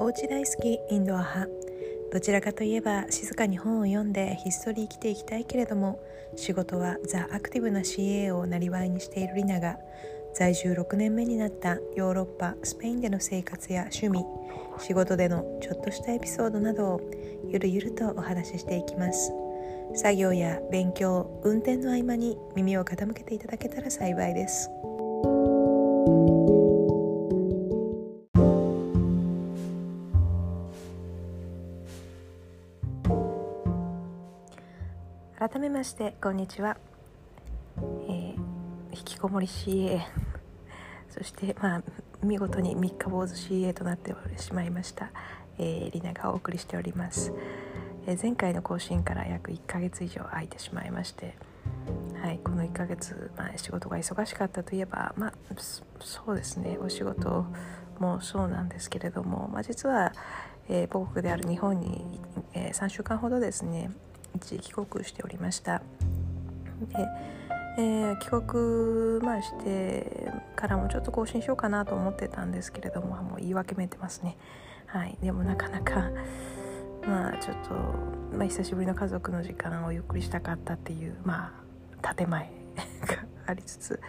おうち大好きインドア派。どちらかといえば静かに本を読んでひっそり生きていきたいけれども、仕事はザ・アクティブな CA をなりわいにしているリナが、在住6年目になったヨーロッパスペインでの生活や趣味、仕事でのちょっとしたエピソードなどをゆるゆるとお話ししていきます。作業や勉強、運転の合間に耳を傾けていただけたら幸いです。改めましてこんにちは。引きこもり CA そして見事に三日坊主 CA となってしまいました、リナがお送りしております。前回の更新から約1ヶ月以上空いてしまいまして、この1ヶ月、仕事が忙しかったといえば、そうですね、お仕事もそうなんですけれども、実は、母国である日本に、3週間ほどですね、一時帰国しておりました。で、帰国、してからもちょっと更新しようかなと思ってたんですけれども、もう言い訳めいてますね。でもなかなかちょっと、久しぶりの家族の時間をゆっくりしたかったっていう建前がありつつ、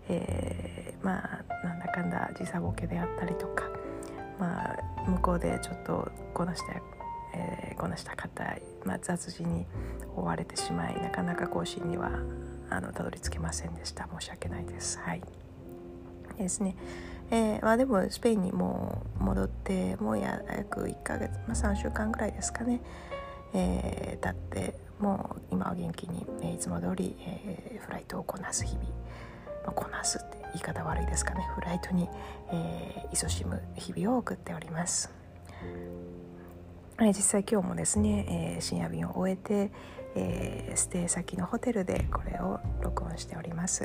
なんだかんだ時差ボケであったりとか、向こうでちょっとこなしたかった、雑事に追われてしまい、なかなか更新にはたどり着けませんでした。申し訳ないです。ですね。でもスペインにもう戻ってもう約1ヶ月、3週間ぐらいですかね、経ってもう今は元気に、いつも通り、フライトをこなす日々、こなすって言い方悪いですかね、フライトに、勤しむ日々を送っております。実際今日もですね、深夜便を終えて、ステイ先のホテルでこれを録音しております。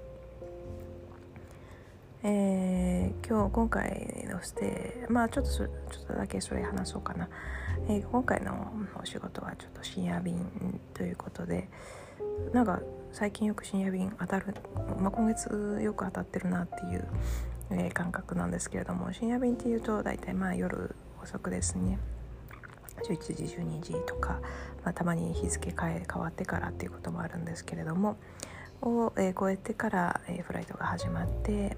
今回のステイ、ちょっとだけそれ話そうかな。今回のお仕事はちょっと深夜便ということで、最近よく深夜便当たる、今月よく当たってるなっていう、感覚なんですけれども、深夜便っていうと大体夜遅くですね、11時12時とか、たまに日付変わってからっていうこともあるんですけれどもを、超えてから、フライトが始まって、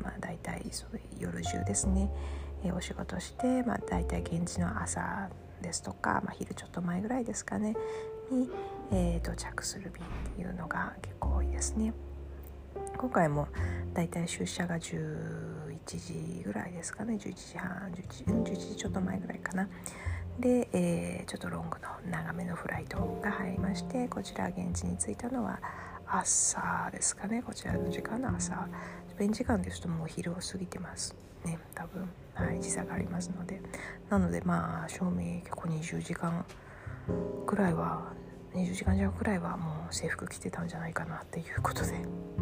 だいたい夜中ですね、お仕事して、だいたい現地の朝ですとか、昼ちょっと前ぐらいですかねに、到着する便っていうのが結構多いですね。今回もだいたい出社が11時ぐらいですかね、11時半11時ちょっと前ぐらいかなで、ちょっとロングの長めのフライトが入りまして、こちら現地に着いたのは朝ですかね。こちらの時間の朝、スペイン時間ですともう昼を過ぎてますね、多分。時差がありますので、なので正味結構20時間弱くらいはもう制服着てたんじゃないかなっていうことで、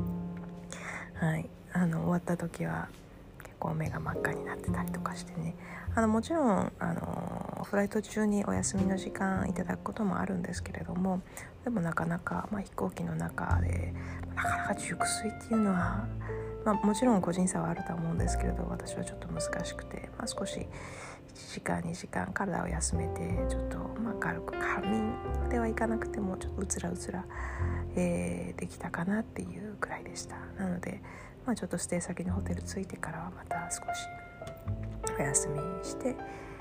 終わった時は結構目が真っ赤になってたりとかしてね、もちろんフライト中にお休みの時間いただくこともあるんですけれども、でもなかなか、飛行機の中でなかなか熟睡っていうのは、もちろん個人差はあると思うんですけれど、私はちょっと難しくて、少し1時間2時間体を休めて、ちょっと軽く仮眠ではいかなくてもちょっとうつら、できたかなっていうくらいでした。なのでちょっとステイ先のホテル着いてからはまた少しお休みして、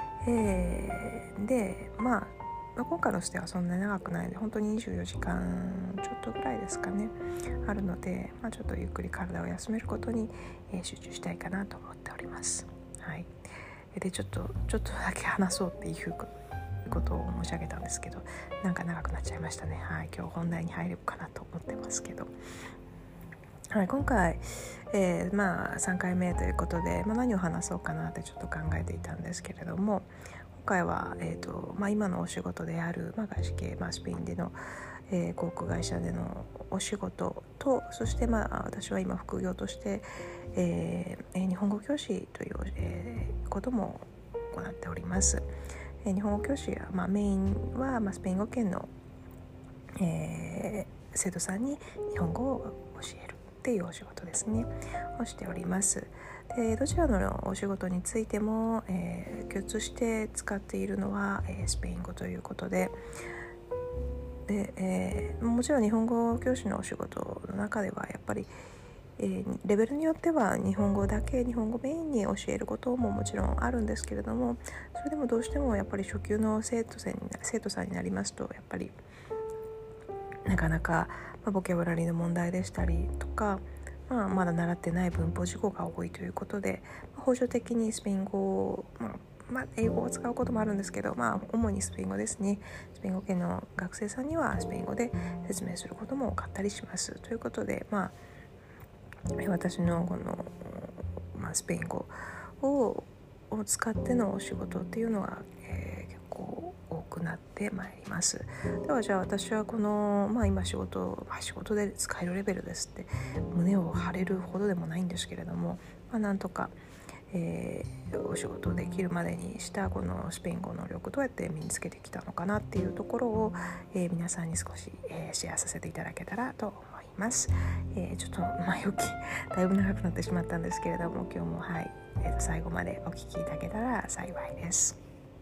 で今回のステイはそんなに長くないので、本当に24時間ちょっとぐらいですかねあるので、ちょっとゆっくり体を休めることに、集中したいかなと思っております。でちょっとだけ話そうっていうことを申し上げたんですけど、長くなっちゃいましたね。今日本題に入れるかなと思ってますけど、今回、3回目ということで、何を話そうかなってちょっと考えていたんですけれども、今回は、今のお仕事である、外資系、スペインでの、航空会社でのお仕事と、そして私は今副業として、日本語教師という、ことも行っております。日本語教師は、メインは、スペイン語圏の、生徒さんに日本語を教える。 っていうお仕事ですねをしております。でどちらのお仕事についても、共通して使っているのは、スペイン語ということで、もちろん日本語教師のお仕事の中ではやっぱり、レベルによっては日本語メインに教えることももちろんあるんですけれども、それでもどうしてもやっぱり初級の生徒さんになりますと、やっぱりなかなか、ボキャブラリーの問題でしたりとか、まだ習ってない文法事項が多いということで、補助的にスペイン語を、英語を使うこともあるんですけど、主にスペイン語ですね。スペイン語系の学生さんにはスペイン語で説明することも多かったりしますということで、私のこの、スペイン語を使ってのお仕事っていうのは、結構多くなってまいります。ではじゃあ私はこの、今仕事で使えるレベルですって胸を張れるほどでもないんですけれども、なんとか、お仕事できるまでにしたこのスペイン語能力どうやって身につけてきたのかなっていうところを、皆さんに少し、シェアさせていただけたらと思います。ちょっと前置きだいぶ長くなってしまったんですけれども、今日も最後までお聞きいただけたら幸いです。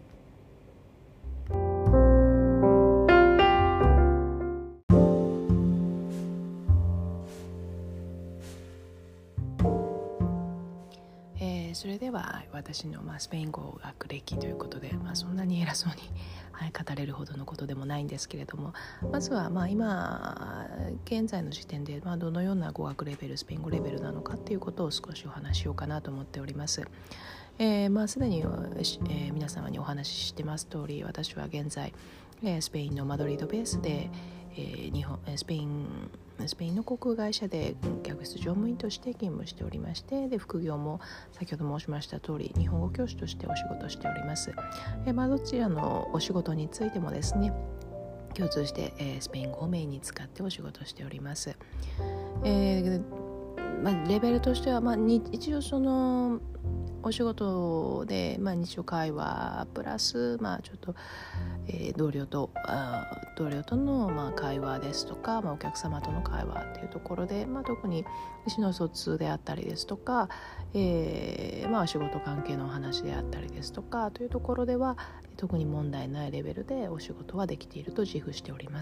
それでは私のスペイン語学歴ということで、そんなに偉そうに語れるほどのことでもないんですけれども、まずは今現在の時点でどのような語学レベル、スペイン語レベルなのかっていうことを少しお話ししようかなと思っております。すでに、皆様にお話ししてます通り、私は現在、スペインのマドリードベースで、スペインの航空会社で客室乗務員として勤務しておりまして、で副業も先ほど申しました通り日本語教師としてお仕事しております。どちらのお仕事についてもですね、共通して、スペイン語をメインに使ってお仕事しております。レベルとしては、一応そのお仕事で、日常会話プラス、ちょっと、同僚との、会話ですとか、お客様との会話っていうところで、特に意思の疎通であったりですとか、お仕事関係のお話であったりですとかというところでは特に問題ないレベルでお仕事はできていると自負しております。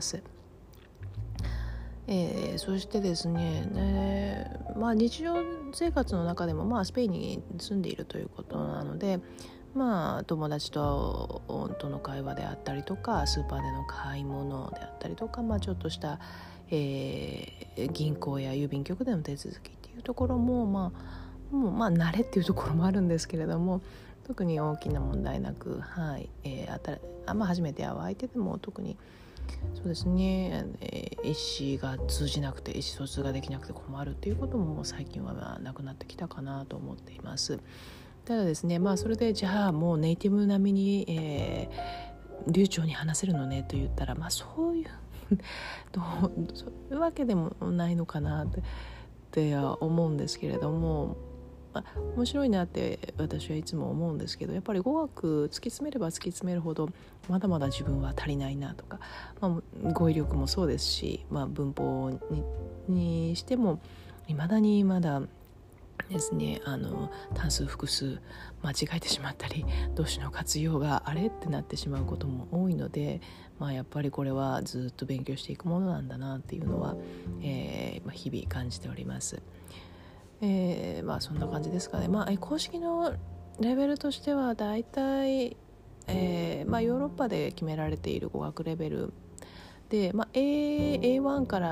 そしてですね、日常生活の中でも、スペインに住んでいるということなので、友達との会話であったりとか、スーパーでの買い物であったりとか、ちょっとした、銀行や郵便局での手続きっていうところも、もう慣れっていうところもあるんですけれども、特に大きな問題なく、初めて会う相手でも特にそうですね、意思が通じなくて意思疎通ができなくて困るっていうことももう最近はなくなってきたかなと思っています。ただですね、それでじゃあもうネイティブ並みに、流暢に話せるのねと言ったら、そういうそういうわけでもないのかなって思うんですけれども、面白いなって私はいつも思うんですけど、やっぱり語学突き詰めれば突き詰めるほどまだまだ自分は足りないなとか、語彙力もそうですし、文法 にしても未だにまだですね、単数複数間違えてしまったり、動詞の活用があれってなってしまうことも多いので、やっぱりこれはずっと勉強していくものなんだなっていうのは、日々感じております。そんな感じですかね。公式のレベルとしてはだいたい、ヨーロッパで決められている語学レベルで、A1 から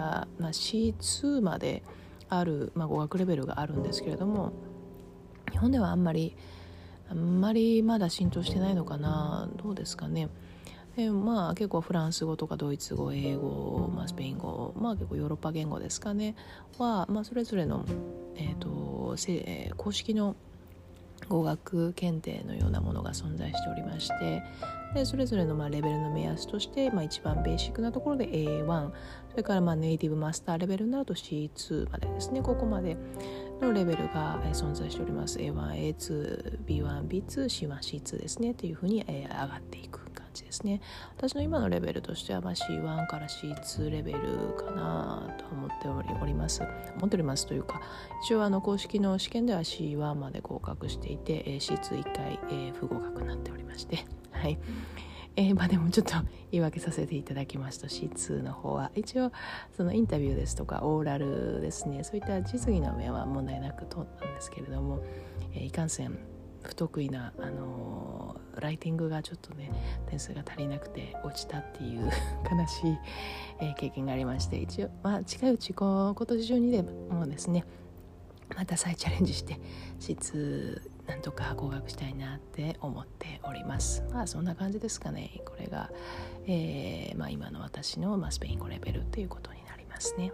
、C2 まである、語学レベルがあるんですけれども、日本ではあんまりまだ浸透してないのかな、どうですかね。結構フランス語とかドイツ語、英語、スペイン語、結構ヨーロッパ言語ですかねは、それぞれの、公式の語学検定のようなものが存在しておりまして、でそれぞれのレベルの目安として、一番ベーシックなところで A1、 それからネイティブマスターレベルになると C2 までですね、ここまでのレベルが存在しております。 A1、A2、B1、B2、C1、C2 ですねというふうに上がっていく感じです。 ですね。私の今のレベルとしては、C1 から C2 レベルかなと思っておりますというか、一応公式の試験では C1 まで合格していて、C21 回、不合格になっておりまして、はい。でもちょっと言い訳させていただきますと、 C2 の方は一応そのインタビューですとかオーラルですね、そういった実技の面は問題なく通ったんですけれども、いかんせん不得意な、ライティングがちょっとね点数が足りなくて落ちたっていう悲しい、経験がありまして、一応、近いうち今年中にでもですねまた再チャレンジしてC2なんとか合格したいなって思っております。そんな感じですかね。これが、今の私の、スペイン語レベルということになりますね。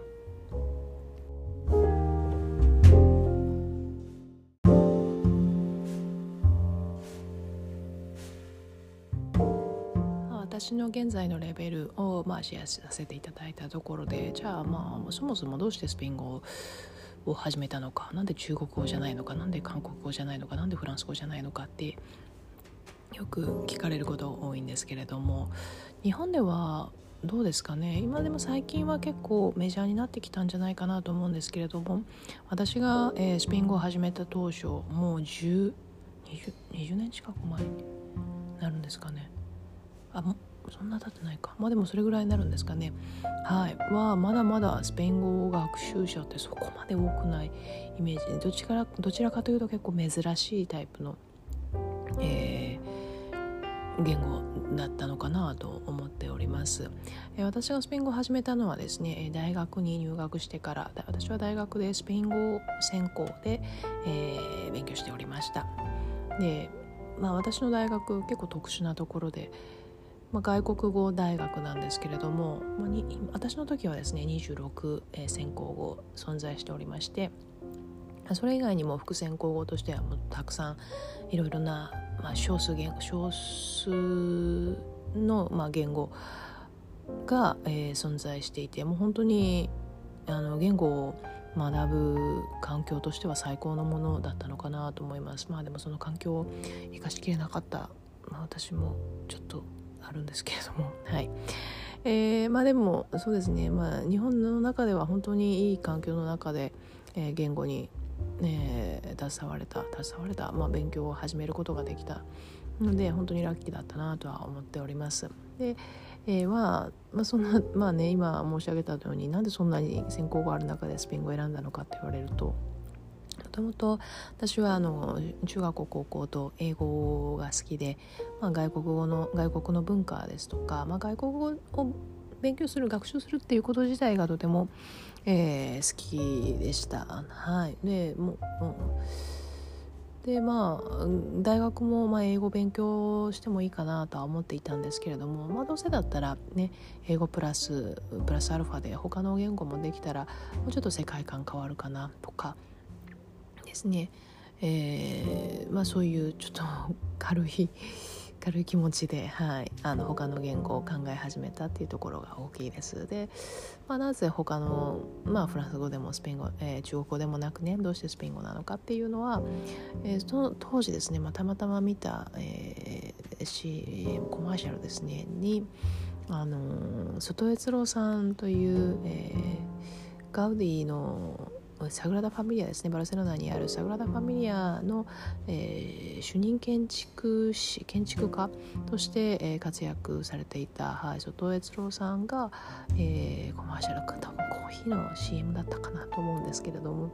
私の現在のレベルを、シェアさせていただいたところで、じゃあそもそもどうしてスペイン語を始めたのか、なんで中国語じゃないのか、なんで韓国語じゃないのか、なんでフランス語じゃないのかってよく聞かれること多いんですけれども、日本ではどうですかね。今でも最近は結構メジャーになってきたんじゃないかなと思うんですけれども、私が、スペイン語を始めた当初、もう20年近く前になるんですかね。そんな経ってないか。でもそれぐらいになるんですかね。はい。まだまだスペイン語学習者ってそこまで多くないイメージで、どちらかというと結構珍しいタイプの、言語だったのかなと思っております。私がスペイン語を始めたのはですね、大学に入学してから、私は大学でスペイン語専攻で、勉強しておりました。で、私の大学結構特殊なところで、外国語大学なんですけれども、私の時はですね26、専攻語存在しておりまして、それ以外にも副専攻語としてはもうたくさんいろいろな、少数の、言語が、存在していて、もう本当に言語を学ぶ環境としては最高のものだったのかなと思います。でもその環境を生かしきれなかった、私もちょっとあるんですけれども、はい。でもそうですね、日本の中では本当にいい環境の中で、言語に、携われた、勉強を始めることができたので本当にラッキーだったなとは思っております。で、そんな今申し上げたように、なんでそんなに専攻がある中でスペイン語を選んだのかって言われると、もともと私は中学校高校と英語が好きで、外国の文化ですとか、外国語を学習するっていうこと自体がとても、好きでした。はい。で大学も英語勉強してもいいかなとは思っていたんですけれども、どうせだったらね、英語プラスアルファで他の言語もできたらもうちょっと世界観変わるかなとかですね、そういうちょっと軽い気持ちで、他の言語を考え始めたっていうところが大きいです。で、なぜ他の、フランス語でもスペイン語、中国語でもなくね、どうしてスペイン語なのかっていうのは、その当時ですね、たまたま見た、CM コマーシャルですねに外悦郎さんという、ガウディのサグラダ・ファミリアですね、バルセロナにあるサグラダ・ファミリアの、主任建築家として、活躍されていた、外悦郎さんが、コマーシャル、多分コーヒーの CM だったかなと思うんですけれども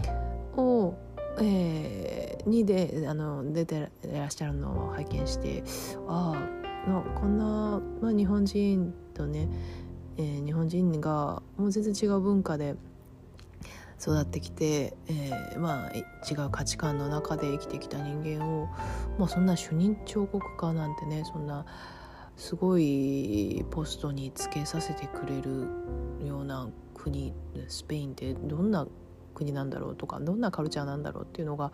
に出ていらっしゃるのを拝見して、こんな、日本人とね、日本人がもう全然違う文化で育ってきて、違う価値観の中で生きてきた人間を、そんな主任彫刻家なんてね、そんなすごいポストにつけさせてくれるような国、スペインってどんな国なんだろうとか、どんなカルチャーなんだろうっていうのが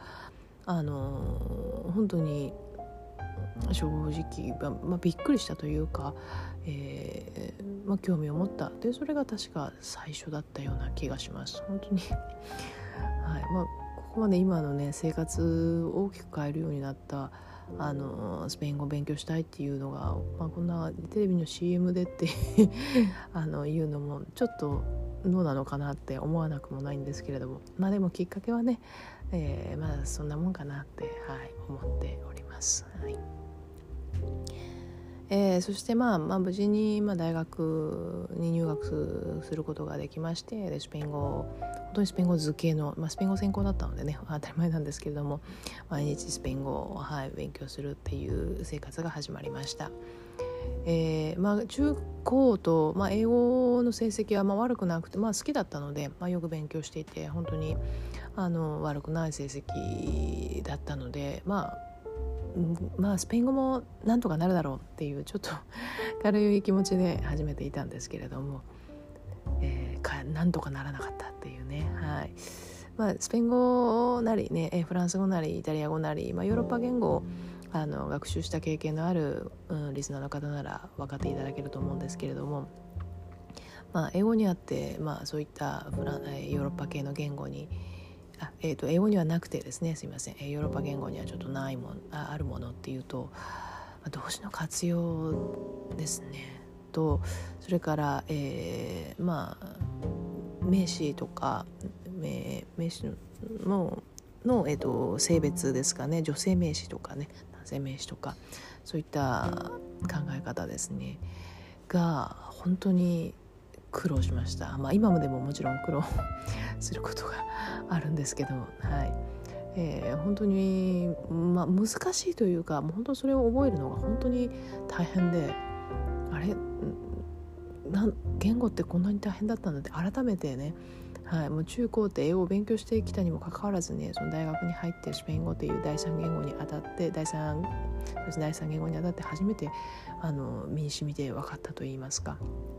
本当に正直、びっくりしたというか、興味を持ったで、それが確か最初だったような気がします。本当にはい。ここまで今のね生活を大きく変えるようになったスペイン語を勉強したいっていうのが、こんなテレビの CM でっていうのもちょっとどうなのかなって思わなくもないんですけれども、でもきっかけはね、そんなもんかなって、思っております。そして無事に大学に入学することができまして、でスペイン語、本当にスペイン語図形の、スペイン語専攻だったのでね、当たり前なんですけれども、毎日スペイン語を、勉強するっていう生活が始まりました。中高と、英語の成績は悪くなくて、好きだったので、よく勉強していて、本当に悪くない成績だったので、スペイン語もなんとかなるだろうっていうちょっと軽い気持ちで始めていたんですけれども、なんとかならなかったっていうね。スペイン語なりね、フランス語なりイタリア語なり、ヨーロッパ言語を学習した経験のある、リスナーの方なら分かっていただけると思うんですけれども、英語にあって、そういったヨーロッパ系の言語に英語にはなくてですね、すいません、ヨーロッパ言語にはちょっとないもの、あるものっていうと、動詞の活用ですねと、それから、名詞とか名詞の性別ですかね、女性名詞とかね、男性名詞とか、そういった考え方ですねが本当に苦労しました。今までももちろん苦労することがあるんですけど、本当に、難しいというか、もう本当それを覚えるのが本当に大変で、言語ってこんなに大変だったんだって改めてね、もう中高って英語を勉強してきたにもかかわらずね、その大学に入ってスペイン語という第三言語にあたって第三言語にあたって初めて身に染みて分かったといいますか。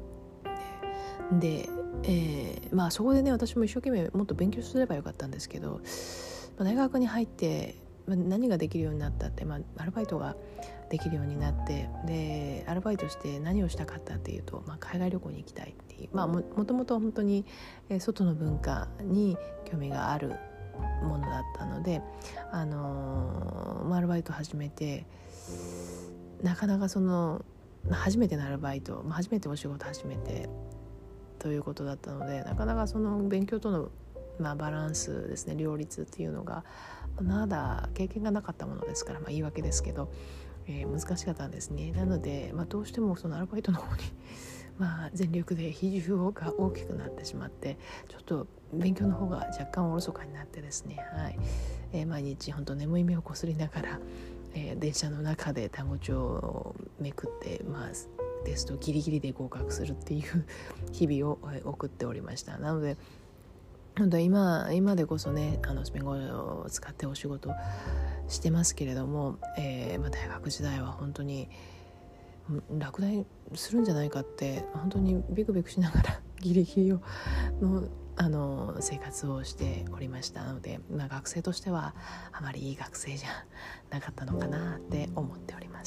で、そこでね、私も一生懸命もっと勉強すればよかったんですけど、大学に入って何ができるようになったって、アルバイトができるようになって、でアルバイトして何をしたかったっていうと、海外旅行に行きたいっていう、もともと本当に外の文化に興味があるものだったので、アルバイト始めて、なかなかその初めてのアルバイト、初めてお仕事始めてということだったので、なかなかその勉強とのバランスですね、両立っていうのがまだ経験がなかったものですから、言い訳ですけど、難しかったんですね。なので、どうしてもそのアルバイトの方に全力で比重が大きくなってしまって、ちょっと勉強の方が若干おろそかになってですね、毎日本当眠い目をこすりながら、電車の中で単語帳をめくって、テストギリギリで合格するっていう日々を送っておりました。なので本当今でこそね、スペイン語を使ってお仕事してますけれども、大学時代は本当に落第するんじゃないかって本当にビクビクしながらギリギリの生活をしておりましたので、学生としてはあまりいい学生じゃなかったのかなって思っております。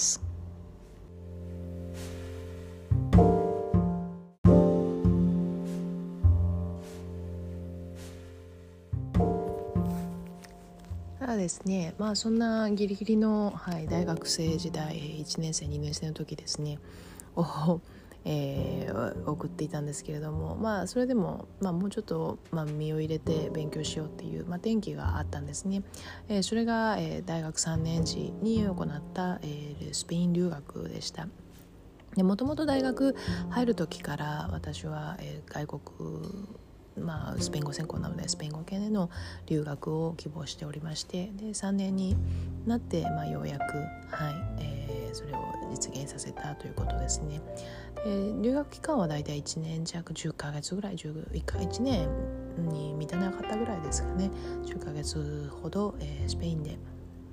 ですね、そんなギリギリの、大学生時代1年生2年生の時ですねを、送っていたんですけれども、それでも、もうちょっと、身を入れて勉強しようっていう、転機があったんですね。それが、大学3年時に行った、スペイン留学でした。もともと大学入る時から私は、外国スペイン語専攻なのでスペイン語系での留学を希望しておりまして、で3年になって、ようやく、それを実現させたということですね。留学期間はだいたい1年弱10ヶ月ぐらい、1年に満たなかったぐらいですかね。10ヶ月ほど、スペインで、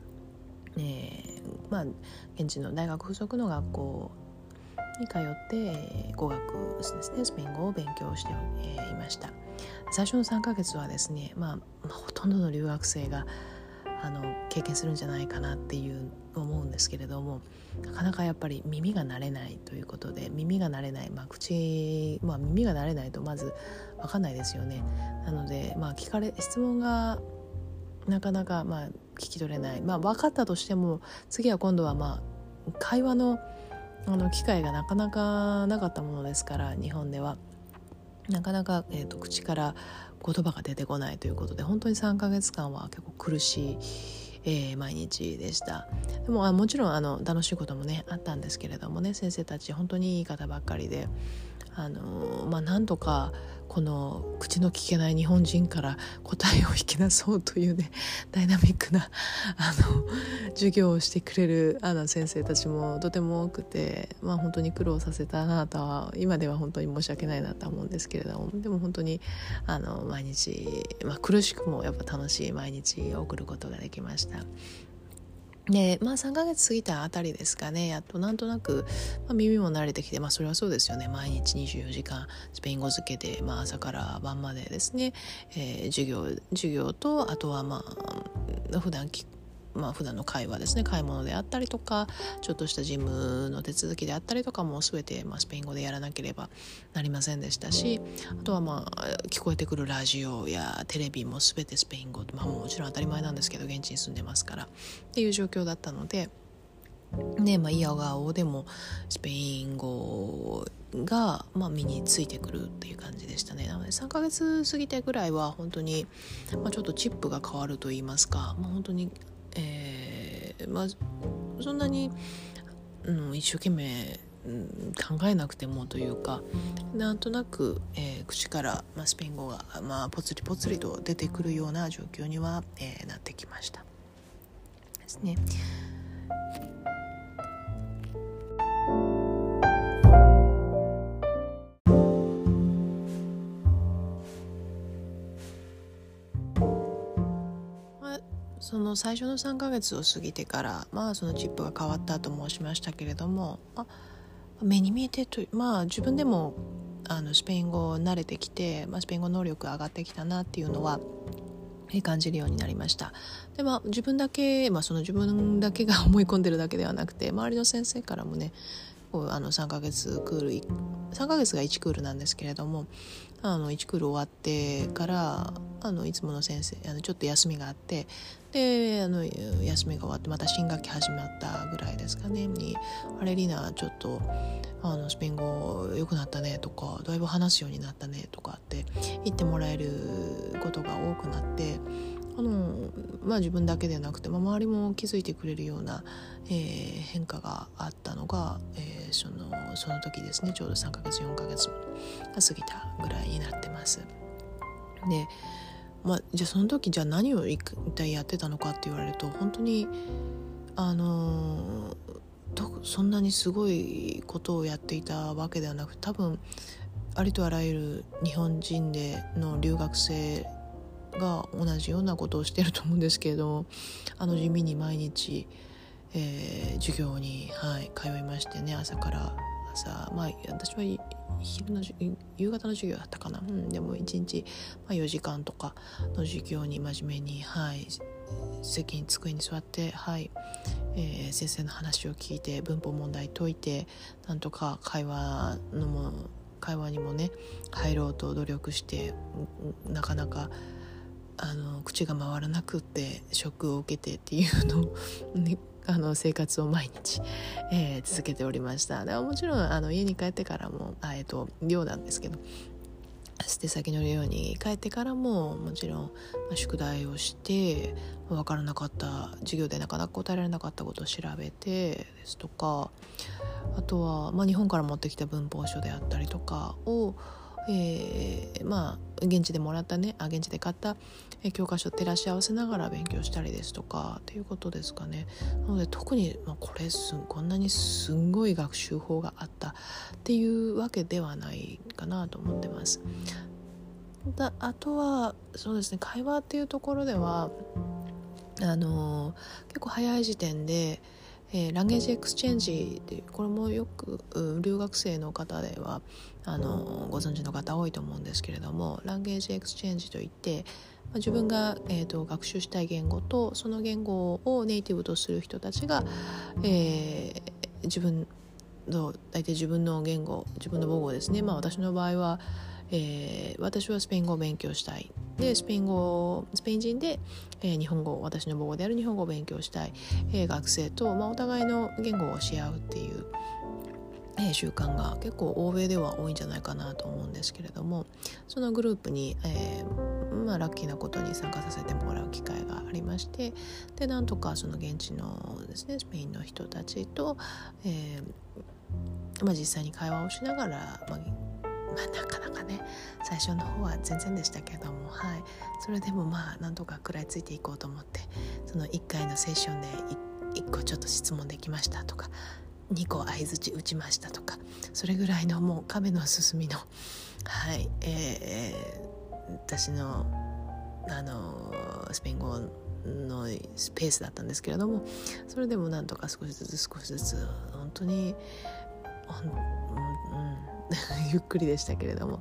現地の大学附属の学校に通って語学ですね、スペイン語を勉強していました。最初の3ヶ月はですね、ほとんどの留学生が経験するんじゃないかなっていう思うんですけれども、なかなかやっぱり耳が慣れないということで、耳が慣れない、耳が慣れないとまず分かんないですよね。なので質問がなかなか聞き取れない、分かったとしても次は今度は会話の機会がなかなかなかったものですから、日本ではなかなか、口から言葉が出てこないということで、本当に3ヶ月間は結構苦しい、毎日でした。でももちろん楽しいこともねあったんですけれどもね、先生たち本当にいい方ばっかりで、なんとかこの口の聞けない日本人から答えを引き出そうというね、ダイナミックな授業をしてくれる先生たちもとても多くて、本当に苦労させたなとは今では本当に申し訳ないなと思うんですけれども、でも本当に毎日、苦しくもやっぱ楽しい毎日を送ることができました。で3ヶ月過ぎたあたりですかね、やっとなんとなく、耳も慣れてきて、それはそうですよね、毎日24時間スペイン語漬けで、朝から晩までですね、授業と、あとは普段の会話ですね、買い物であったりとか、ちょっとした事務の手続きであったりとかも全て、スペイン語でやらなければなりませんでしたし、あとは聞こえてくるラジオやテレビも全てスペイン語、もちろん当たり前なんですけど現地に住んでますからっていう状況だったので、嫌顔でもスペイン語が、身についてくるっていう感じでしたね。なので3ヶ月過ぎてぐらいは本当に、ちょっとチップが変わると言いますか、本当にそんなに、一生懸命、考えなくてもというか、なんとなく、口から、スペイン語が、ポツリポツリと出てくるような状況には、なってきましたですね。その最初の3ヶ月を過ぎてから、そのチップが変わったと申しましたけれども、目に見えてと、自分でもスペイン語慣れてきて、スペイン語能力上がってきたなっていうのは感じるようになりました。で、自分だけ、その自分だけが思い込んでるだけではなくて、周りの先生からもね、3ヶ月が1クールなんですけれども、1クール終わってからいつもの先生ちょっと休みがあって、で休みが終わってまた新学期始まったぐらいですかねに、あれリナちょっとスペイン語良くなったねとか、だいぶ話すようになったねとかって言ってもらえることが多くなって、自分だけでなくて、周りも気づいてくれるような、変化があったのが、その時ですね、ちょうど3ヶ月4ヶ月が過ぎたぐらいになってます。で、じゃあその時何を一体やってたのかって言われると、本当にそんなにすごいことをやっていたわけではなく、多分ありとあらゆる日本人の留学生が同じようなことをしていると思うんですけれども、地味に毎日、授業に、通いましてね、朝私は夕方の授業だったかな、でも1日、4時間とかの授業に真面目に、机に座って、先生の話を聞いて文法問題解いて、なんとか会話にもね入ろうと努力して、なかなか口が回らなくってショックを受けてっていうのを、ね、生活を毎日、続けておりました。でもちろん家に帰ってからも寮なんですけど、捨て先の寮に帰ってからももちろん、宿題をして分からなかった授業でなかなか答えられなかったことを調べてですとか、あとは、日本から持ってきた文法書であったりとかを、現地で買った教科書を照らし合わせながら勉強したりですとかっていうことですかね。なので特に、こんなにすんごい学習法があったっていうわけではないかなと思ってます。あとはそうですね、会話っていうところでは結構早い時点でランゲージエクスチェンジっていう、これもよく留学生の方ではご存知の方多いと思うんですけれども、ランゲージエクスチェンジといって、自分が、学習したい言語とその言語をネイティブとする人たちが、大体自分の言語、自分の母語ですね、私の場合は、私はスペイン語を勉強したいでスペイン人で、日本語、私の母語である日本語を勉強したい、学生と、お互いの言語を教え合うっていう、習慣が結構欧米では多いんじゃないかなと思うんですけれども、そのグループに、ラッキーなことに参加させてもらう機会がありまして、でなんとかその現地のですねスペインの人たちと、実際に会話をしながら、なかなかね最初の方は全然でしたけども、それでもなんとか食らいついていこうと思って、その1回のセッションで1個ちょっと質問できましたとか、2個相づち打ちましたとか、それぐらいのもう亀の進みの私のスペイン語のスペースだったんですけれども、それでもなんとか少しずつ本当にゆっくりでしたけれども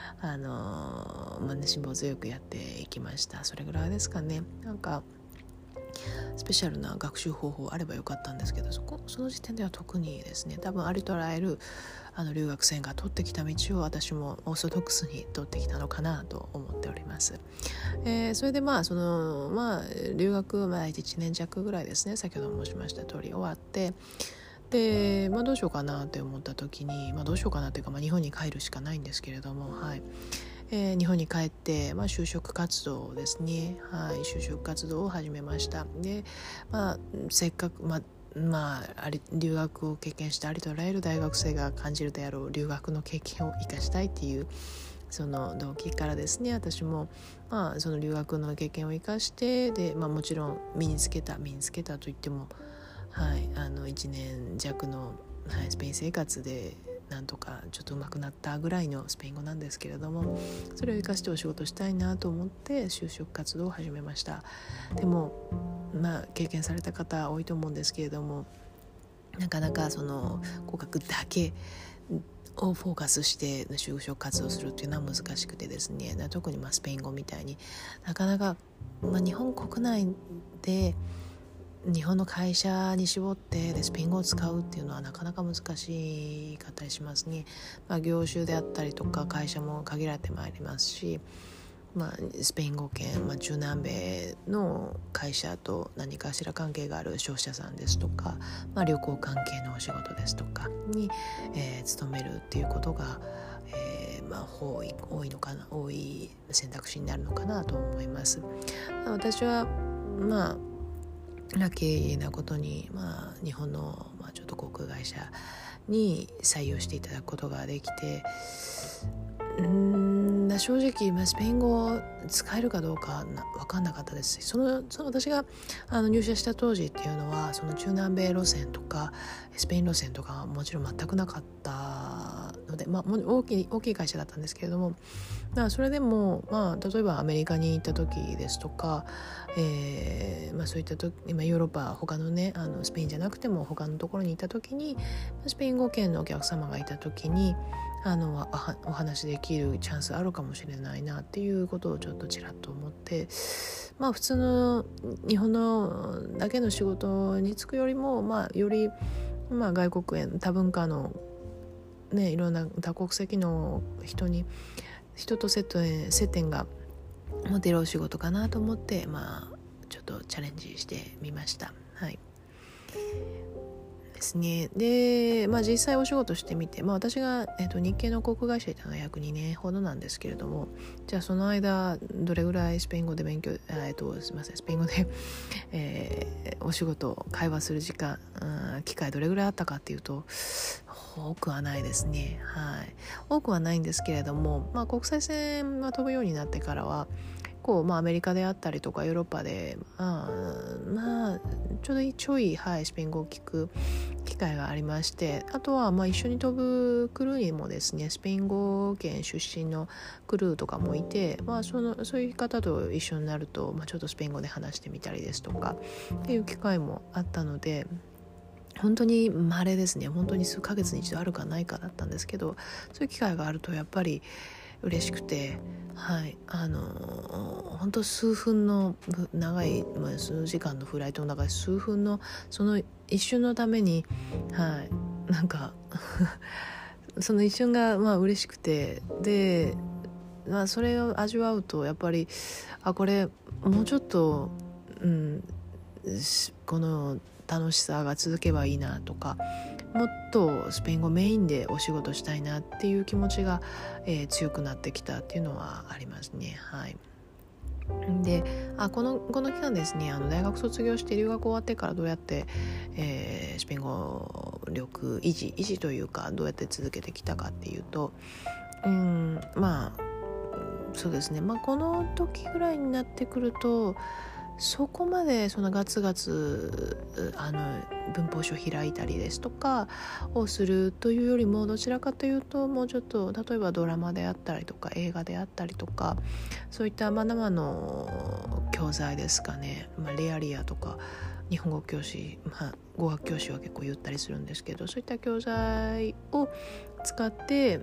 辛抱強くやっていきました。それぐらいですかね。なんかスペシャルな学習方法あればよかったんですけど、その時点では特にですね、多分ありとあらゆる留学生が取ってきた道を私もオーソドックスに取ってきたのかなと思っております。それで留学1年弱ぐらいですね、先ほど申しました通り終わって、で、どうしようかなって思った時に、どうしようかなというか、日本に帰るしかないんですけれども、日本に帰って、就職活動ですね、就職活動を始めました。で、せっかく留学を経験したありとあらゆる大学生が感じるであろう留学の経験を生かしたいっていうその動機からですね、私もその留学の経験を生かして、で、もちろん身につけたといっても、1年弱の、スペイン生活でなんとかちょっと上手くなったぐらいのスペイン語なんですけれども、それを生かしてお仕事したいなと思って就職活動を始めました。でも経験された方多いと思うんですけれども、なかなかその語学だけをフォーカスして就職活動するっていうのは難しくてですね、特にスペイン語みたいになかなか、日本国内で日本の会社に絞ってスペイン語を使うっていうのはなかなか難しかったりしますね。業種であったりとか会社も限られてまいりますし、スペイン語圏、中南米の会社と何かしら関係がある商社さんですとか、旅行関係のお仕事ですとかに、勤めるっていうことが、多い選択肢になるのかなと思います。私はラッキーなことに、日本の、ちょっと航空会社に採用していただくことができて、正直、スペイン語を使えるかどうか分かんなかったですし、その私が入社した当時っていうのはその中南米路線とかスペイン路線とかはもちろん全くなかったので、大きい会社だったんですけれども、それでも、例えばアメリカに行った時ですとか、そういった時、ヨーロッパ他のねスペインじゃなくても他のところに行った時にスペイン語圏のお客様がいた時にお話できるチャンスあるかもしれないなっていうことをちょっとちらっと思って、普通の日本のだけの仕事に就くよりも、より、外国へ多文化のいろんな多国籍の人と接点が持てるお仕事かなと思って、ちょっとチャレンジしてみました。ですね。で、実際お仕事してみて、私が、日系の航空会社にいたのは約2年ほどなんですけれども、じゃあその間どれぐらいスペイン語でスペイン語で、お仕事会話する機会どれぐらいあったかっていうと多くはないですね。多くはないんですけれども、国際線は飛ぶようになってからはアメリカであったりとかヨーロッパでちょいスペイン語を聞く機会がありまして、あとは一緒に飛ぶクルーにもですねスペイン語圏出身のクルーとかもいて、そういう方と一緒になると、ちょっとスペイン語で話してみたりですとかっていう機会もあったので、本当に稀ですね。本当に数ヶ月に一度あるかないかだったんですけど、そういう機会があるとやっぱり嬉しくて、本当数分の長い、数時間のフライトの中で数分のその一瞬のために、なんかその一瞬が嬉しくて、でそれを味わうとやっぱりこれもうちょっと、この楽しさが続けばいいなとか、もっとスペイン語メインでお仕事したいなっていう気持ちが、強くなってきたっていうのはありますね。はい。でこの期間ですね、大学卒業して留学終わってからどうやって、スペイン語力維持というかどうやって続けてきたかっていうと、そうですね、この時ぐらいになってくるとそこまでそのガツガツ文法書開いたりですとかをするというよりも、どちらかというともうちょっと例えばドラマであったりとか映画であったりとか、そういった生の教材ですかね、レアリアとか日本語教師、語学教師は結構言ったりするんですけど、そういった教材を使って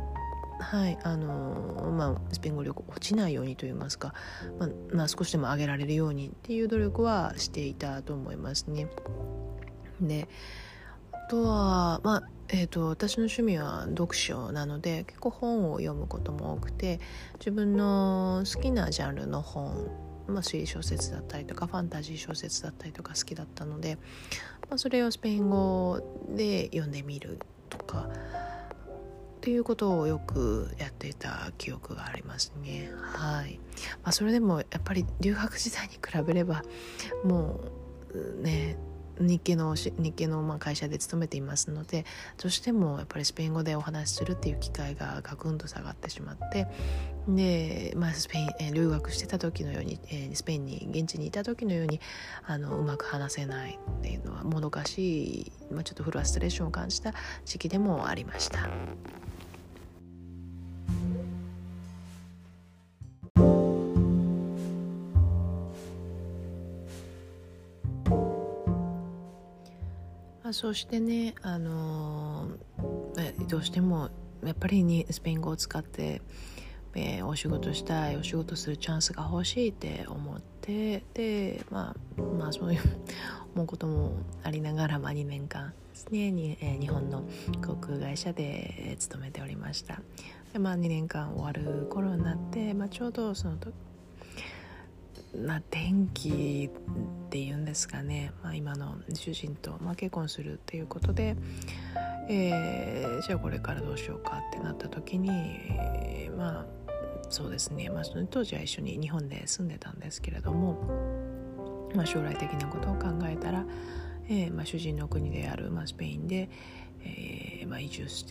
スペイン語力落ちないようにといいますか、少しでも上げられるようにっていう努力はしていたと思いますね。であとは、私の趣味は読書なので結構本を読むことも多くて、自分の好きなジャンルの本、推理小説だったりとかファンタジー小説だったりとか好きだったので、それをスペイン語で読んでみるとかっていうことをよくやっていた記憶がありますね。はい。それでもやっぱり留学時代に比べればもうね、日系の会社で勤めていますので、どうしてもやっぱりスペイン語でお話しするっていう機会がガクンと下がってしまって、で、スペイン、留学してた時のように、スペインに現地にいた時のようにうまく話せないっていうのはもどかしい、ちょっとフラストレーションを感じた時期でもありました。そしてね、どうしてもやっぱりスペイン語を使って、お仕事したい、お仕事するチャンスが欲しいって思って、でそういう思うこともありながら、2年間ですね日本の航空会社で勤めておりました。で、2年間終わる頃になって、ちょうどその時転機っていうんですかね、今の主人と結婚するっていうことで、じゃあこれからどうしようかってなった時に、そうですね、その当時は一緒に日本で住んでたんですけれども、将来的なことを考えたら、主人の国である、スペインで、移住して、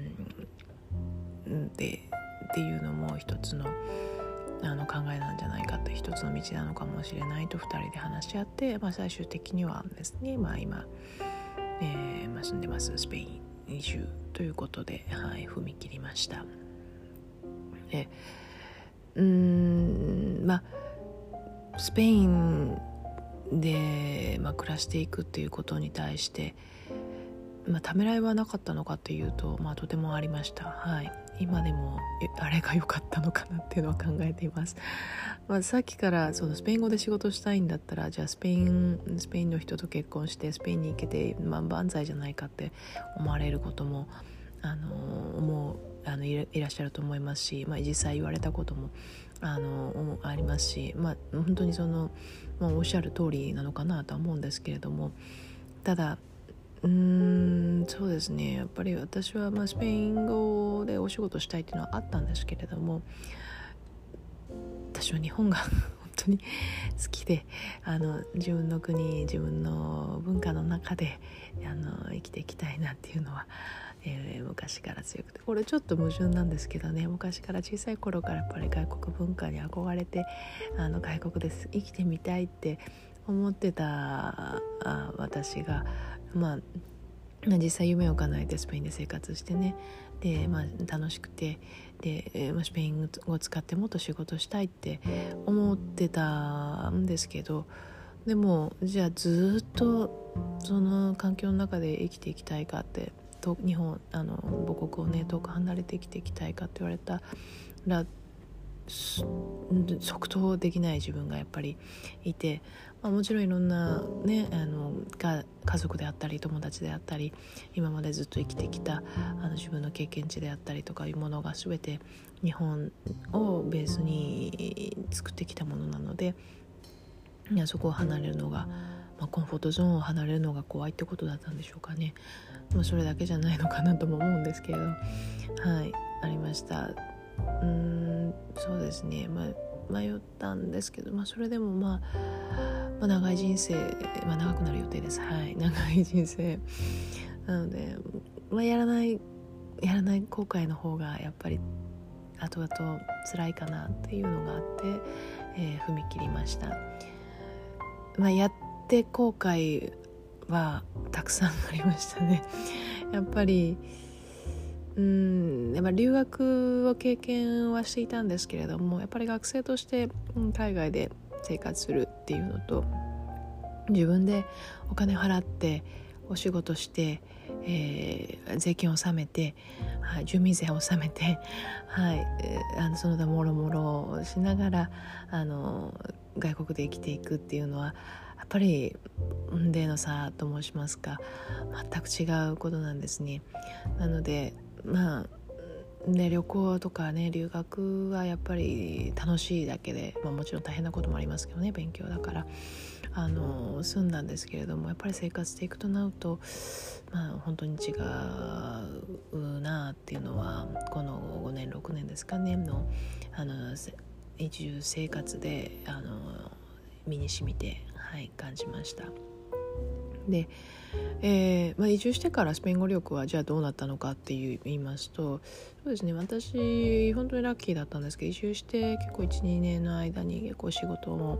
っていうのも一つの考えなんじゃないかと、一つの道なのかもしれないと2人で話し合って、最終的にはですね、今、住んでますスペイン移住ということで、踏み切りました。スペインで、暮らしていくっていうことに対してためらいはなかったのかっていうと、とてもありました。今でもあれが良かったのかなっていうのは考えています。さっきからそのスペイン語で仕事したいんだったら、じゃあスペインの人と結婚してスペインに行けて、万歳じゃないかって思われることもいらっしゃると思いますし、実際言われたこともありますし、本当にその、おっしゃる通りなのかなとは思うんですけれども、ただそうですね、やっぱり私はスペイン語でお仕事したいっていうのはあったんですけれども、私は日本が本当に好きで、自分の国、自分の文化の中で生きていきたいなっていうのは、昔から強くて、これちょっと矛盾なんですけどね、昔から小さい頃からやっぱり外国文化に憧れて外国で生きてみたいって思ってた私が実際夢を叶えてスペインで生活してね、で、楽しくて、でスペイン語を使ってもっと仕事したいって思ってたんですけど、でもじゃあずっとその環境の中で生きていきたいかって、日本母国をね遠く離れて生きていきたいかって言われたら即答できない自分がやっぱりいて、もちろんいろんな、ね、家族であったり友達であったり今までずっと生きてきた自分の経験値であったりとかいうものが全て日本をベースに作ってきたものなので、そこを離れるのが、コンフォートゾーンを離れるのが怖いってことだったんでしょうかね。それだけじゃないのかなとも思うんですけれど、ありました。そうですね、迷ったんですけど、それでも長い人生、長くなる予定です。長い人生なので、やらない後悔の方がやっぱり後々辛いかなっていうのがあって、踏み切りました。やって後悔はたくさんありましたね。やっぱり留学を経験はしていたんですけれども、やっぱり学生として海外で生活するっていうのと、自分でお金を払ってお仕事して、税金を納めて、住民税を納めて、その他もろもろしながら外国で生きていくっていうのはやっぱり雲泥の差と申しますか、全く違うことなんですね。なので旅行とかね、留学はやっぱり楽しいだけで、もちろん大変なこともありますけどね、勉強だから済んだんですけれども、やっぱり生活していくとなると、本当に違うなっていうのはこの5年6年ですかねの移住生活で身に染みて、感じました。で、移住してからスペイン語力はじゃあどうなったのかって言いますと、そうですね、私本当にラッキーだったんですけど、移住して結構 1,2 年の間に結構仕事も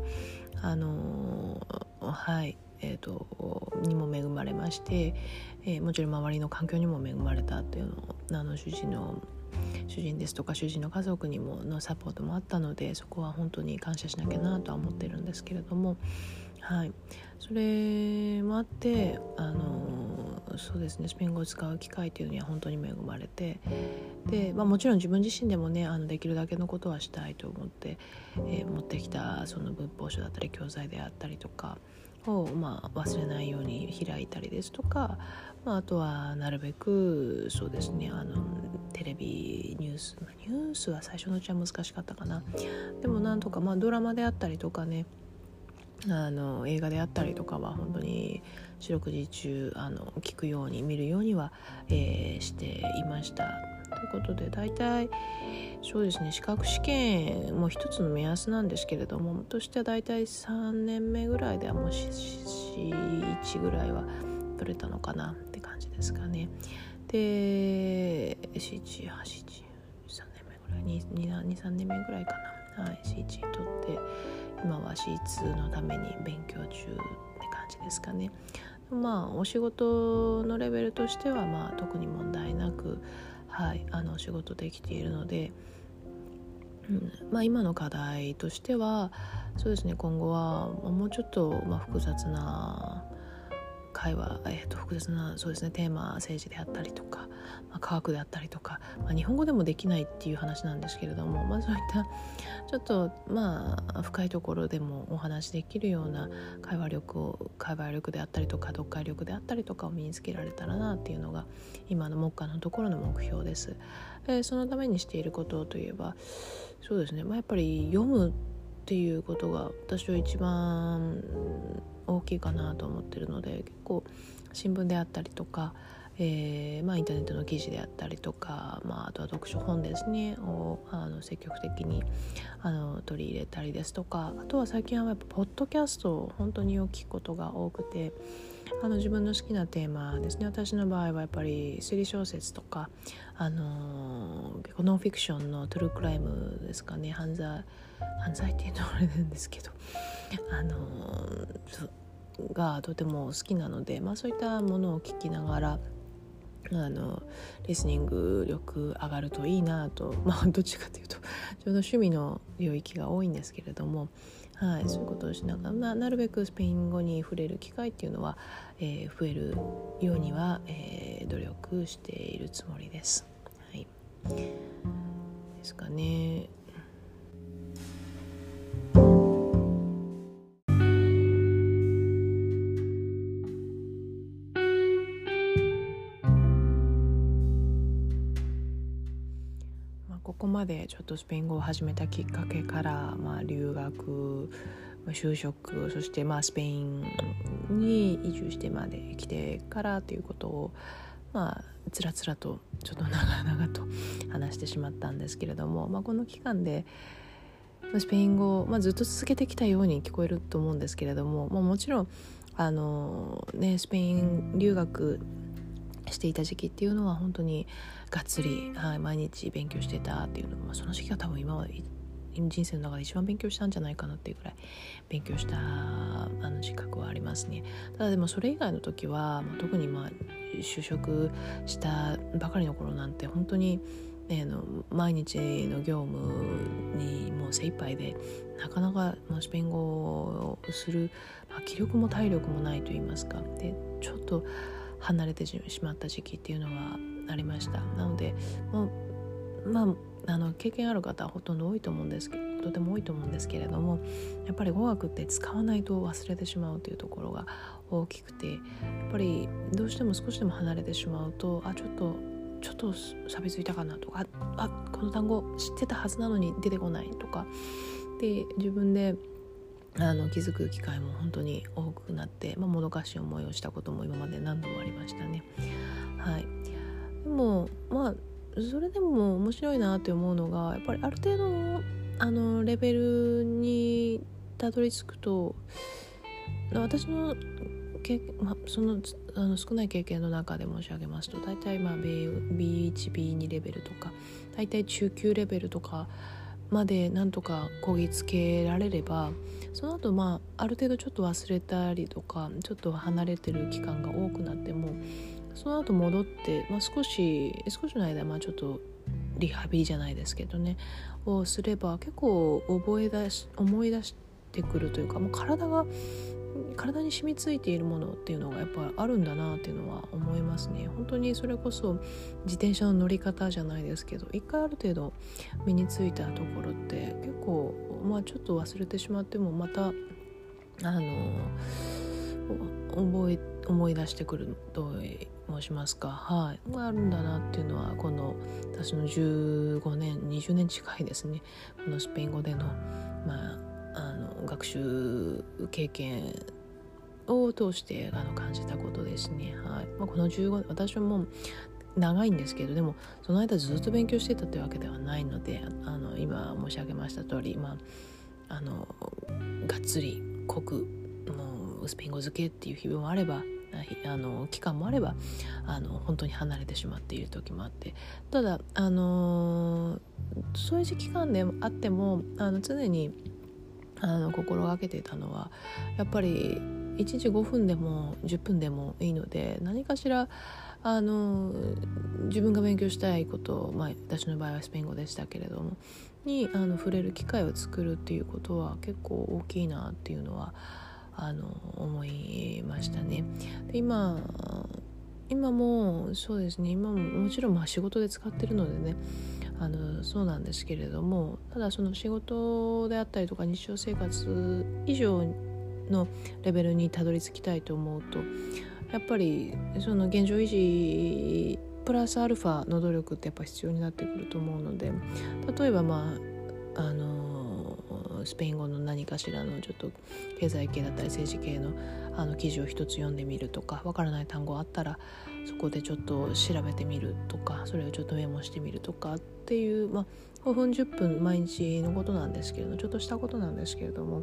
にも恵まれまして、もちろん周りの環境にも恵まれたっていうのを主人ですとか主人の家族にものサポートもあったので、そこは本当に感謝しなきゃなとは思ってるんですけれども、それもあってそうですね、スペイン語を使う機会というのには本当に恵まれて、で、もちろん自分自身でもねできるだけのことはしたいと思って、持ってきたその文法書だったり教材であったりとかを、忘れないように開いたりですとか、あとはなるべくそうですねテレビニュースは最初のうちは難しかったかな。でもなんとかドラマであったりとかね、映画であったりとかは本当に四六時中聞くように見るようには、していました。ということで大体そうですね、資格試験も一つの目安なんですけれども、としては大体3年目ぐらいではもう C1 ぐらいは取れたのかなって感じですかね。で C1、3年目ぐらい2、3年目ぐらいかな、C1 取って今は C2 のために勉強中って感じですかね。お仕事のレベルとしては特に問題なく、お仕事できているので、今の課題としてはそうですね、今後はもうちょっと複雑な会話、複雑なそうですねテーマ、政治であったりとか、科学であったりとか、日本語でもできないっていう話なんですけれども、そういったちょっと深いところでもお話できるような会話力であったりとか読解力であったりとかを身につけられたらなっていうのが今の目下のところの目標です。そのためにしていることといえばそうですね、やっぱり読むっていうことが私は一番大きいかなと思ってるので、結構新聞であったりとか、インターネットの記事であったりとか、あとは読書本ですねを積極的に取り入れたりですとか、あとは最近はやっぱポッドキャストを本当によく聞くことが多くて、自分の好きなテーマですね、私の場合はやっぱり推理小説とか結構ノンフィクションのトゥルークライムですかね、犯罪っていうのはあれなんですけどがとても好きなので、そういったものを聞きながらリスニング力上がるといいなと、どっちかというとちょうど趣味の領域が多いんですけれども、そういうことをしながら、なるべくスペイン語に触れる機会っていうのは、増えるようには、努力しているつもりです。ですかね。 ここまでちょっとスペイン語を始めたきっかけから、留学、就職、そしてスペインに移住してまで来てからということをつらつらとちょっと長々と話してしまったんですけれども、この期間でスペイン語を、ずっと続けてきたように聞こえると思うんですけれども、もちろんスペイン留学していた時期っていうのは本当にがっつり、毎日勉強してたっていうのも、その時期は多分今は人生の中で一番勉強したんじゃないかなっていうくらい勉強した自覚はありますね。ただでもそれ以外の時は、特に就職したばかりの頃なんて本当に、毎日の業務にもう精一杯で、なかなかスペイン語をする、気力も体力もないと言いますか、でちょっと離れてしまった時期っていうのはありました。なので経験ある方はほとんど多いと思うんですけど、とても多いと思うんですけれども、やっぱり語学って使わないと忘れてしまうというところが大きくて、やっぱりどうしても少しでも離れてしまうと、ちょっと錆びついたかなとか、この単語知ってたはずなのに出てこないとかで、自分で気づく機会も本当に多くなって、もどかしい思いをしたことも今まで何度もありましたね。はい。でもそれでも面白いなって思うのが、やっぱりある程度のレベルにたどり着くと、私のその少ない経験の中で申し上げますと、大体B1、B2 レベルとか、大体中級レベルとかまでなんとかこぎつけられれば、その後ある程度ちょっと忘れたりとか、ちょっと離れてる期間が多くなっても、その後戻って、少しの間ちょっとリハビリじゃないですけどねをすれば、結構思い出してくるというか、もう体に染みついているものっていうのがやっぱりあるんだなっていうのは思いますね。本当にそれこそ自転車の乗り方じゃないですけど、一回ある程度身についたところって結構ちょっと忘れてしまっても、また思い出してくると申しますか、あるんだなっていうのは、この私の15年20年近いですね、このスペイン語での学習経験を通して感じたことですね。この私はもう長いんですけど、でもその間ずっと勉強してたというわけではないので、今申し上げました通り、がっつり濃くスペイン語漬けっていう日々もあれば、期間もあれば本当に離れてしまっている時もあって、ただそういう期間であっても常に心がけていたのは、やっぱり1日5分でも10分でもいいので、何かしら自分が勉強したいことを、私の場合はスペイン語でしたけれどもに触れる機会を作るっていうことは結構大きいなっていうのは思いましたね。で今もそうですね、今ももちろん仕事で使ってるのでね、そうなんですけれども、ただその仕事であったりとか日常生活以上のレベルにたどり着きたいと思うと、やっぱりその現状維持プラスアルファの努力ってやっぱ必要になってくると思うので、例えばスペイン語の何かしらのちょっと経済系だったり政治系の記事を一つ読んでみるとか、わからない単語あったらそこでちょっと調べてみるとか、それをちょっとメモしてみるとかっていう、5分10分毎日のことなんですけれども、ちょっとしたことなんですけれども、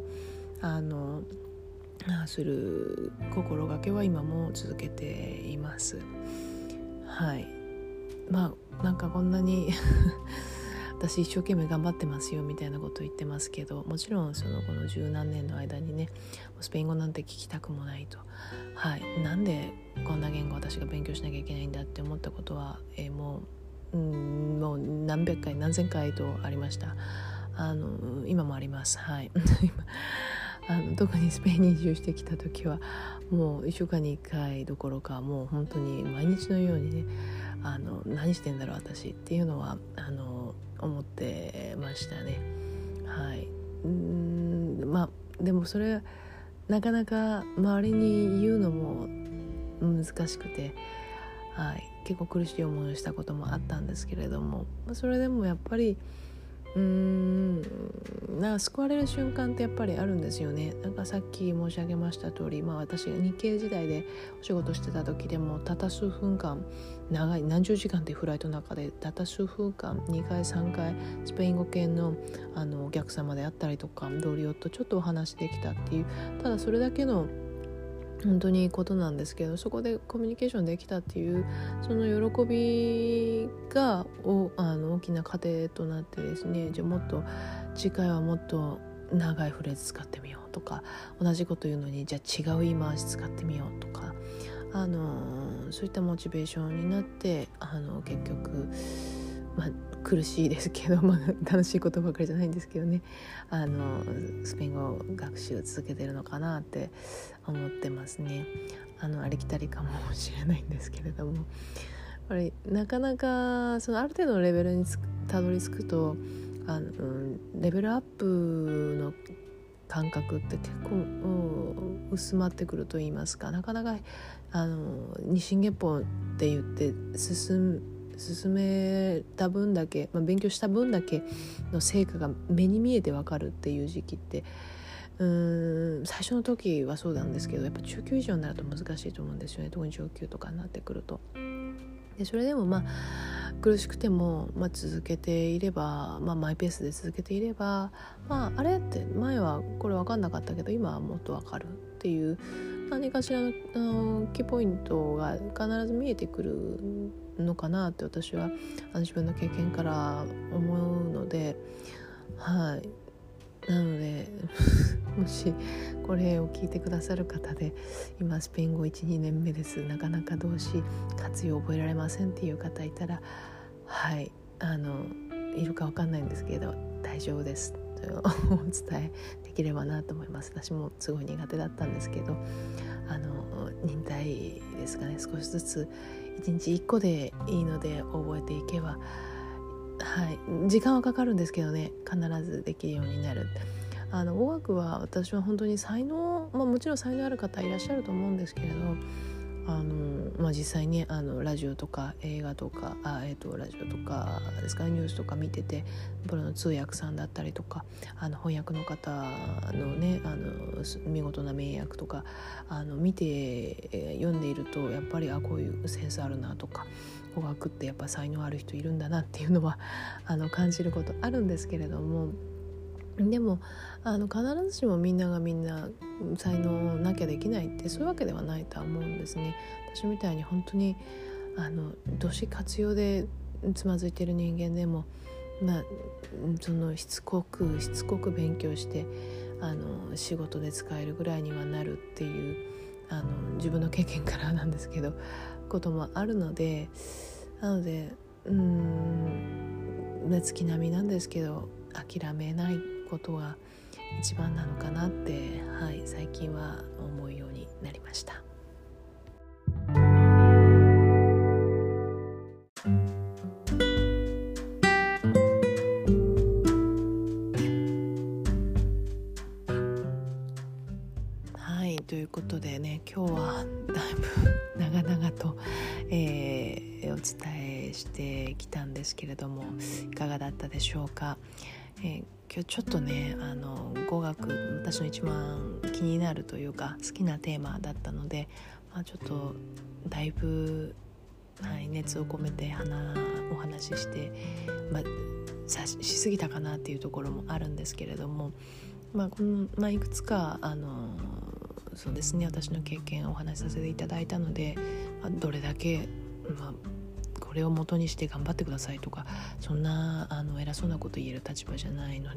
する心がけは今も続けています。なんかこんなに私一生懸命頑張ってますよみたいなことを言ってますけど、もちろんこの十何年の間にね、スペイン語なんて聞きたくもないと、なんでこんな言語私が勉強しなきゃいけないんだって思ったことは、もう何百回何千回とありました。今もあります。特にスペインに移住してきた時はもう1週間に1回どころか、もう本当に毎日のようにね、何してんだろう私っていうのは思ってましたね。 でもそれなかなか周りに言うのも難しくて、結構苦しい思いをしたこともあったんですけれども、それでもやっぱり救われる瞬間ってやっぱりあるんですよね。なんかさっき申し上げました通り、私が日系時代でお仕事してた時でもたった数分間、長い何十時間ってフライトの中でたった数分間2回3回スペイン語系のお客様であったりとか同僚とちょっとお話できたっていう、ただそれだけの本当にいいことなんですけど、そこでコミュニケーションできたっていうその喜びが大きな糧となってですね、じゃあもっと次回はもっと長いフレーズ使ってみようとか、同じこと言うのにじゃあ違う言い回し使ってみようとか、そういったモチベーションになって結局苦しいですけど、楽しいことばかりじゃないんですけどね、スペイン語学習続けてるのかなって思ってますね。ありきたりかもしれないんですけれども、やっぱりなかなかそのある程度のレベルにたどり着くとレベルアップの感覚って結構薄まってくると言いますか、なかなか日進月歩って言って進めた分だけ、勉強した分だけの成果が目に見えて分かるっていう時期って最初の時はそうなんですけど、やっぱ中級以上になると難しいと思うんですよね。特に上級とかになってくると。でそれでも苦しくても、続けていれば、マイペースで続けていれば、あれって前はこれ分かんなかったけど今はもっと分かるっていう何かしらのキーポイントが必ず見えてくるのかなって私は自分の経験から思うので、なのでもしこれを聞いてくださる方で今スペイン語 1,2 年目です、なかなか動詞活用覚えられませんっていう方いたら、いるか分かんないんですけど大丈夫ですとお伝えできればなと思います。私もすごい苦手だったんですけど忍耐ですかね、少しずつ1日1個でいいので覚えていけば、時間はかかるんですけどね、必ずできるようになる。語学は私は本当に才能、もちろん才能ある方いらっしゃると思うんですけれど、実際にラジオとか映画とかラジオとかですか、ニュースとか見ててプロの通訳さんだったりとか翻訳の方のね見事な名訳とか見て読んでいるとやっぱりこういうセンスあるなとか、語学ってやっぱ才能ある人いるんだなっていうのは感じることあるんですけれども、でも必ずしもみんながみんな才能なきゃできないってそういうわけではないとは思うんですね。私みたいに本当に動詞活用でつまずいている人間でも、そのしつこく勉強して仕事で使えるぐらいにはなるっていう自分の経験からなんですけどこともあるので、月並みなんですけど諦めないことが一番なのかなって、最近は思うようになりました。ということでね、今日はだいぶ長々と、お伝えしてきたんですけれどもいかがだったでしょうか。今日ちょっとね語学私の一番気になるというか好きなテーマだったので、ちょっとだいぶ、熱を込めてお話しして、しすぎたかなっていうところもあるんですけれども、いくつかそうですね、私の経験をお話しさせていただいたので、どれだけ、これを元にして頑張ってくださいとかそんな偉そうなこと言える立場じゃないので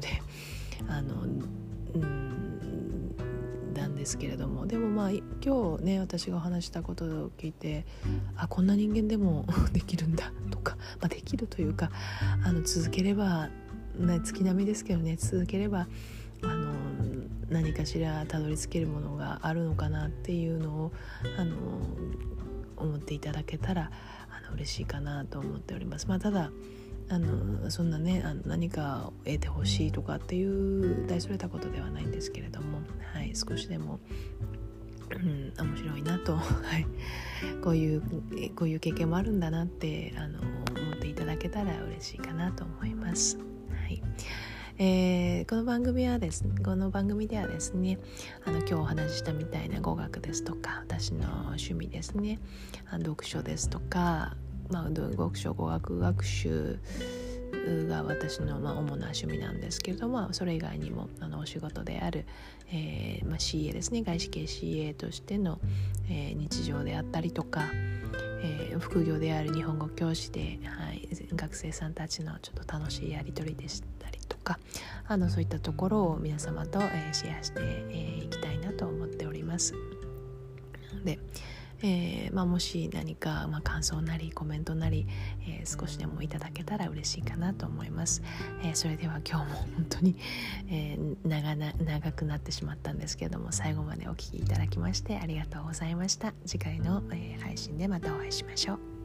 なんですけれども、でも今日ね私がお話したことを聞いてこんな人間でもできるんだとか、できるというか続ければ、月並みですけどね、続ければ何かしらたどり着けるものがあるのかなっていうのを思っていただけたら嬉しいかなと思っております。ただそんなね何かを得てほしいとかっていう大それたことではないんですけれども、はい、少しでも、面白いなと、はい、こういう経験もあるんだなって思っていただけたら嬉しいかなと思います。はい。この番組ではですね今日お話ししたみたいな語学ですとか私の趣味ですね、読書ですとか、読書語学学習が私の主な趣味なんですけれども、それ以外にもお仕事である、CA ですね、外資系 CA としての、日常であったりとか、副業である日本語教師で、はい、学生さんたちのちょっと楽しいやり取りでしたりとかそういったところを皆様と、シェアしていきたいなと思っております。でもし何か、感想なりコメントなり、少しでもいただけたら嬉しいかなと思います。それでは今日も本当に、長くなってしまったんですけれども、最後までお聞きいただきましてありがとうございました。次回の、配信でまたお会いしましょう。